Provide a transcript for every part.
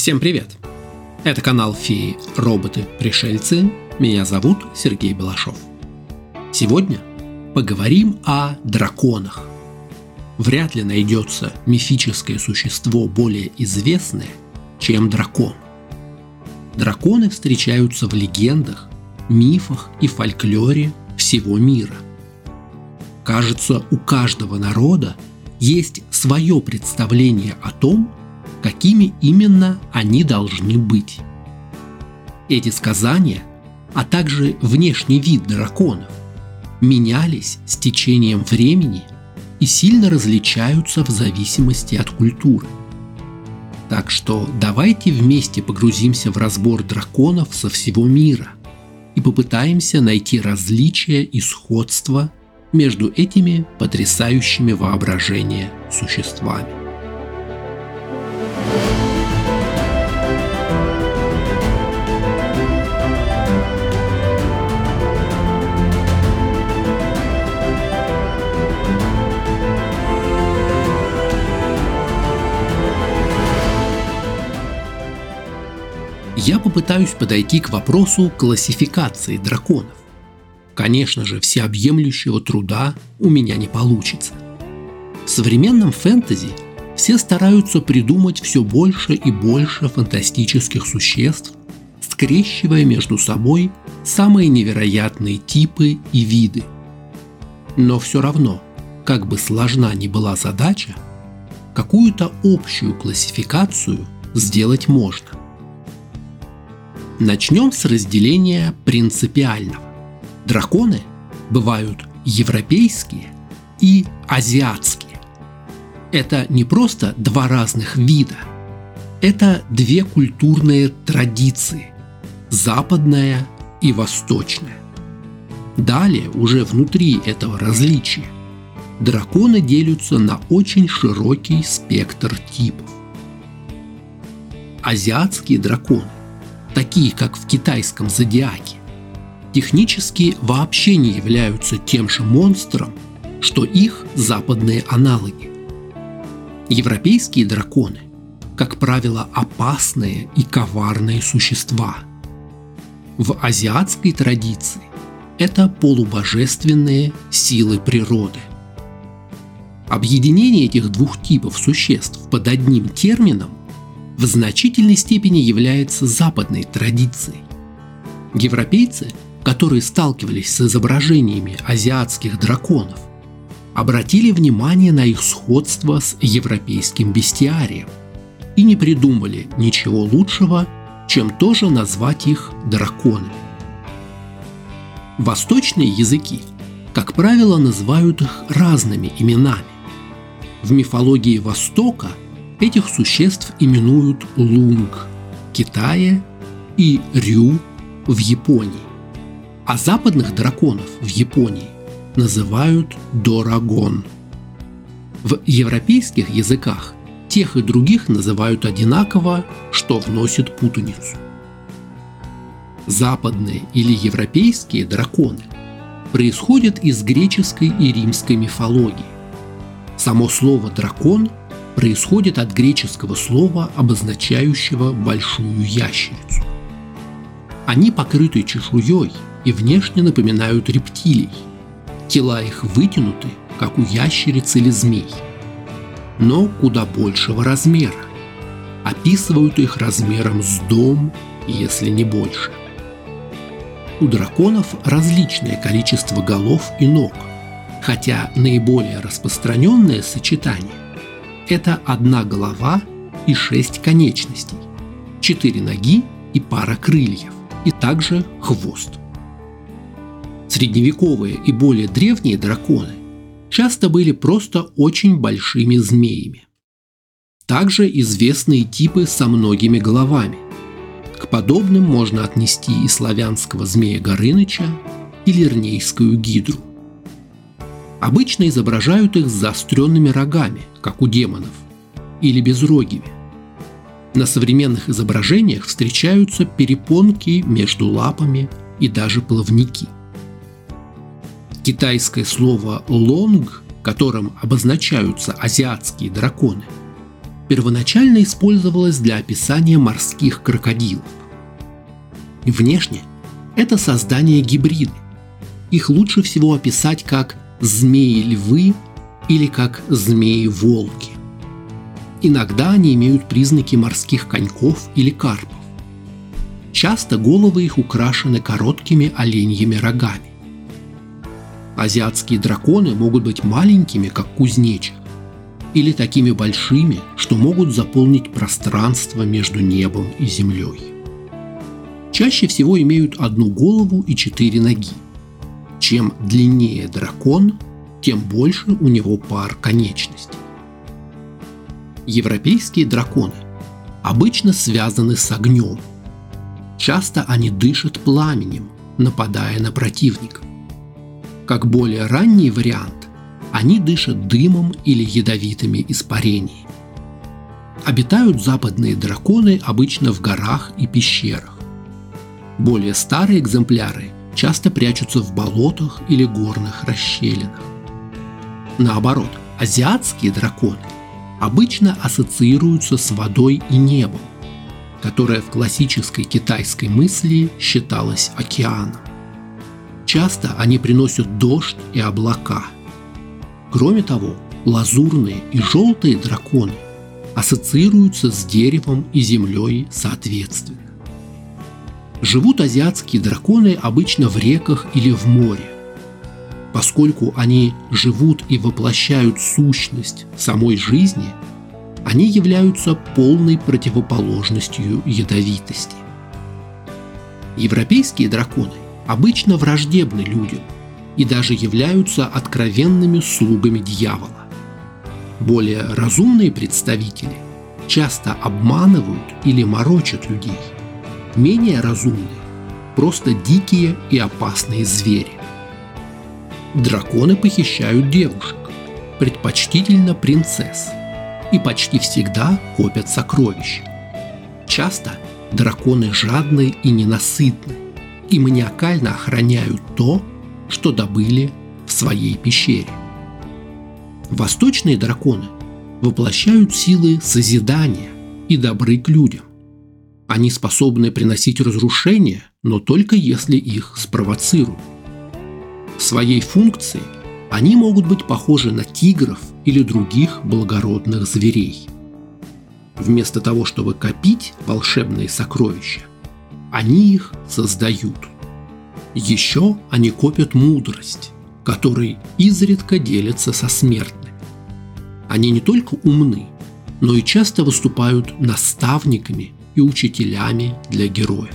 Всем привет! Это канал Феи, роботы, пришельцы. Меня зовут Сергей Балашов. Сегодня поговорим о драконах. Вряд ли найдется мифическое существо более известное, чем дракон. Драконы встречаются в легендах, мифах и фольклоре всего мира. Кажется, у каждого народа есть свое представление о том, какими именно они должны быть. Эти сказания, а также внешний вид драконов, менялись с течением времени и сильно различаются в зависимости от культуры. Так что давайте вместе погрузимся в разбор драконов со всего мира и попытаемся найти различия и сходства между этими потрясающими воображение существами. Я попытаюсь подойти к вопросу классификации драконов. Конечно же, всеобъемлющего труда у меня не получится. В современном фэнтези все стараются придумать все больше и больше фантастических существ, скрещивая между собой самые невероятные типы и виды. Но все равно, как бы сложна ни была задача, какую-то общую классификацию сделать можно. Начнем с разделения принципиального. Драконы бывают европейские и азиатские. Это не просто два разных вида, это две культурные традиции – западная и восточная. Далее, уже внутри этого различия, драконы делятся на очень широкий спектр типов. Азиатские драконы, такие как в китайском зодиаке, технически вообще не являются тем же монстром, что их западные аналоги. Европейские драконы, как правило, опасные и коварные существа. В азиатской традиции это полубожественные силы природы. Объединение этих двух типов существ под одним термином в значительной степени является западной традицией. Европейцы, которые сталкивались с изображениями азиатских драконов, обратили внимание на их сходство с европейским бестиарием и не придумали ничего лучшего, чем тоже назвать их драконами. Восточные языки, как правило, называют их разными именами. В мифологии Востока этих существ именуют лунг в Китае и рю в Японии, а западных драконов в Японии называют дорагон. В европейских языках тех и других называют одинаково, что вносит путаницу. Западные или европейские драконы происходят из греческой и римской мифологии. Само слово «дракон» происходит от греческого слова, обозначающего большую ящерицу. Они покрыты чешуей и внешне напоминают рептилий. Тела их вытянуты, как у ящериц или змей, но куда большего размера. Описывают их размером с дом, если не больше. У драконов различное количество голов и ног, хотя наиболее распространенное сочетание – это одна голова и 6 конечностей, 4 ноги и пара крыльев, и также хвост. Средневековые и более древние драконы часто были просто очень большими змеями. Также известны типы со многими головами. К подобным можно отнести и славянского змея Горыныча, и лирнейскую гидру. Обычно изображают их с заостренными рогами, как у демонов, или безрогими. На современных изображениях встречаются перепонки между лапами и даже плавники. Китайское слово «лонг», которым обозначаются азиатские драконы, первоначально использовалась для описания морских крокодилов. Внешне это создания гибриды. Их лучше всего описать как змеи-львы или как змеи-волки. Иногда они имеют признаки морских коньков или карпов. Часто головы их украшены короткими оленьими рогами. Азиатские драконы могут быть маленькими, как кузнечик, или такими большими, что могут заполнить пространство между небом и землей. Чаще всего имеют одну голову и 4 ноги. Чем длиннее дракон, тем больше у него пар конечностей. Европейские драконы обычно связаны с огнем. Часто они дышат пламенем, нападая на противников. Как более ранний вариант, они дышат дымом или ядовитыми испарениями. Обитают западные драконы обычно в горах и пещерах. Более старые экземпляры часто прячутся в болотах или горных расщелинах. Наоборот, азиатские драконы обычно ассоциируются с водой и небом, которое в классической китайской мысли считалось океаном. Часто они приносят дождь и облака. Кроме того, лазурные и желтые драконы ассоциируются с деревом и землей соответственно. Живут азиатские драконы обычно в реках или в море. Поскольку они живут и воплощают сущность самой жизни, они являются полной противоположностью ядовитости. Европейские драконы обычно враждебны людям и даже являются откровенными слугами дьявола. Более разумные представители часто обманывают или морочат людей. Менее разумные – просто дикие и опасные звери. Драконы похищают девушек, предпочтительно принцесс, и почти всегда копят сокровища. Часто драконы жадны и ненасытны, и маниакально охраняют то, что добыли в своей пещере. Восточные драконы воплощают силы созидания и добры к людям. Они способны приносить разрушения, но только если их спровоцируют. В своей функции они могут быть похожи на тигров или других благородных зверей. Вместо того, чтобы копить волшебные сокровища, они их создают. Еще они копят мудрость, которой изредка делятся со смертными. Они не только умны, но и часто выступают наставниками и учителями для героев.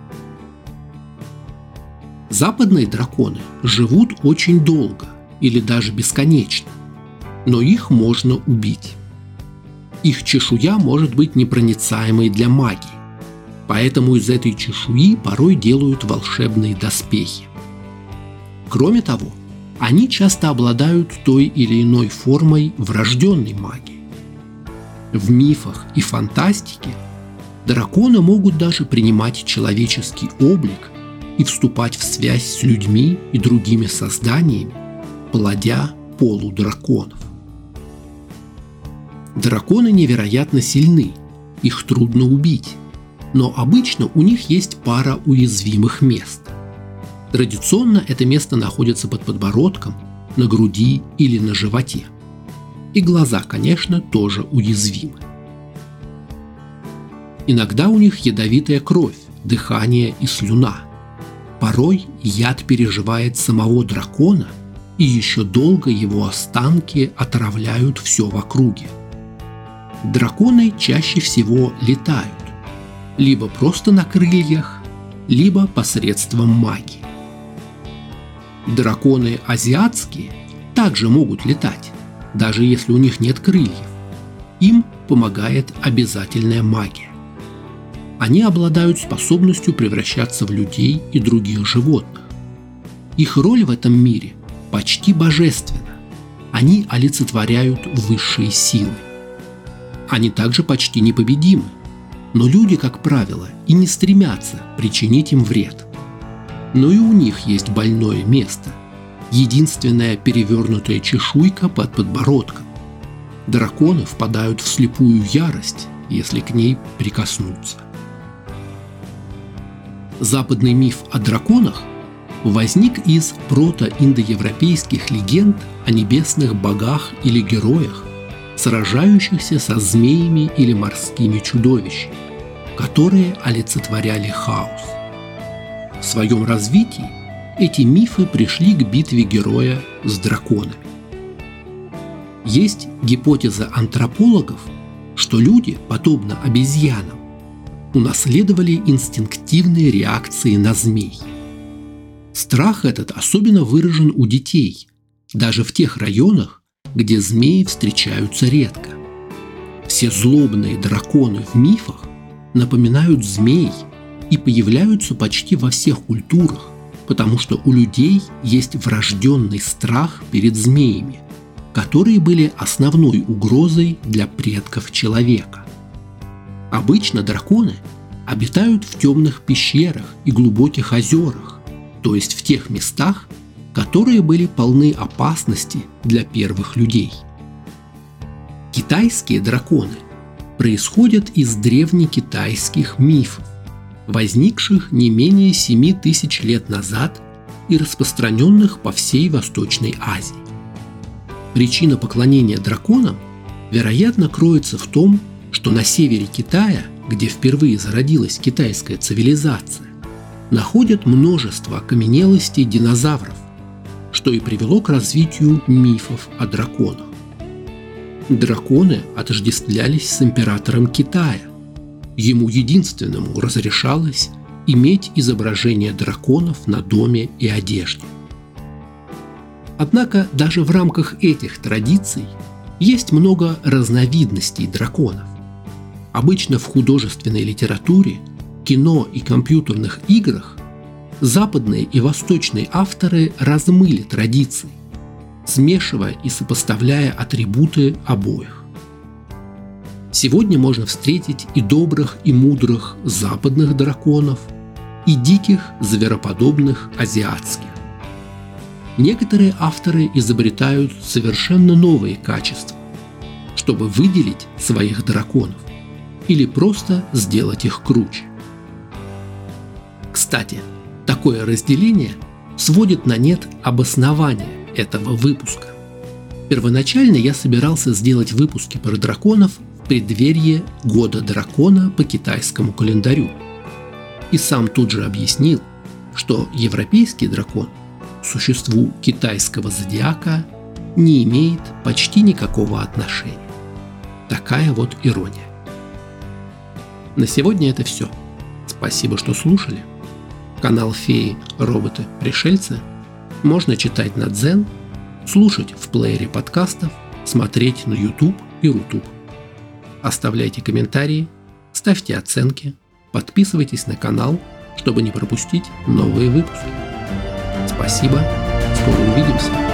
Западные драконы живут очень долго или даже бесконечно, но их можно убить. Их чешуя может быть непроницаемой для магии, поэтому из этой чешуи порой делают волшебные доспехи. Кроме того, они часто обладают той или иной формой врожденной магии. В мифах и фантастике драконы могут даже принимать человеческий облик и вступать в связь с людьми и другими созданиями, плодя полудраконов. Драконы невероятно сильны, их трудно убить, но обычно у них есть пара уязвимых мест. Традиционно это место находится под подбородком, на груди или на животе. И глаза, конечно, тоже уязвимы. Иногда у них ядовитая кровь, дыхание и слюна. Порой яд переживает самого дракона, и еще долго его останки отравляют все в округе. Драконы чаще всего летают, либо просто на крыльях, либо посредством магии. Драконы азиатские также могут летать, даже если у них нет крыльев. Им помогает обязательная магия. Они обладают способностью превращаться в людей и других животных. Их роль в этом мире почти божественна. Они олицетворяют высшие силы. Они также почти непобедимы, но люди, как правило, и не стремятся причинить им вред. Но и у них есть больное место, единственная перевернутая чешуйка под подбородком. драконы впадают в слепую ярость, если к ней прикоснуться. Западный миф о драконах возник из протоиндоевропейских легенд о небесных богах или героях, сражающихся со змеями или морскими чудовищами, которые олицетворяли хаос. В своем развитии эти мифы пришли к битве героя с драконами. Есть гипотеза антропологов, что люди, подобно обезьянам, унаследовали инстинктивные реакции на змей. Страх этот особенно выражен у детей, даже в тех районах, где змеи встречаются редко. Все злобные драконы в мифах напоминают змей и появляются почти во всех культурах, потому что у людей есть врожденный страх перед змеями, которые были основной угрозой для предков человека. Обычно драконы обитают в темных пещерах и глубоких озерах, то есть в тех местах, которые были полны опасности для первых людей. Китайские драконы происходят из древнекитайских мифов, возникших не менее 7000 лет назад и распространенных по всей Восточной Азии. Причина поклонения драконам, вероятно, кроется в том, что на севере Китая, где впервые зародилась китайская цивилизация, находят множество окаменелостей динозавров, что и привело к развитию мифов о драконах. Драконы отождествлялись с императором Китая. Ему единственному разрешалось иметь изображение драконов на доме и одежде. Однако даже в рамках этих традиций есть много разновидностей драконов. Обычно в художественной литературе, кино и компьютерных играх западные и восточные авторы размыли традиции, смешивая и сопоставляя атрибуты обоих. Сегодня можно встретить и добрых, и мудрых западных драконов, и диких, звероподобных азиатских. Некоторые авторы изобретают совершенно новые качества, чтобы выделить своих драконов или просто сделать их круче. Кстати, такое разделение сводит на нет обоснование этого выпуска. Первоначально я собирался сделать выпуски про драконов в преддверии Года дракона по китайскому календарю. И сам тут же объяснил, что европейский дракон к существу китайского зодиака не имеет почти никакого отношения. Такая вот ирония. На сегодня это все. Спасибо, что слушали. Канал Феи, Роботы, Пришельцы можно читать на Дзен, слушать в плеере подкастов, смотреть на YouTube и Рутуб. Оставляйте комментарии, ставьте оценки, подписывайтесь на канал, чтобы не пропустить новые выпуски. Спасибо, скоро увидимся.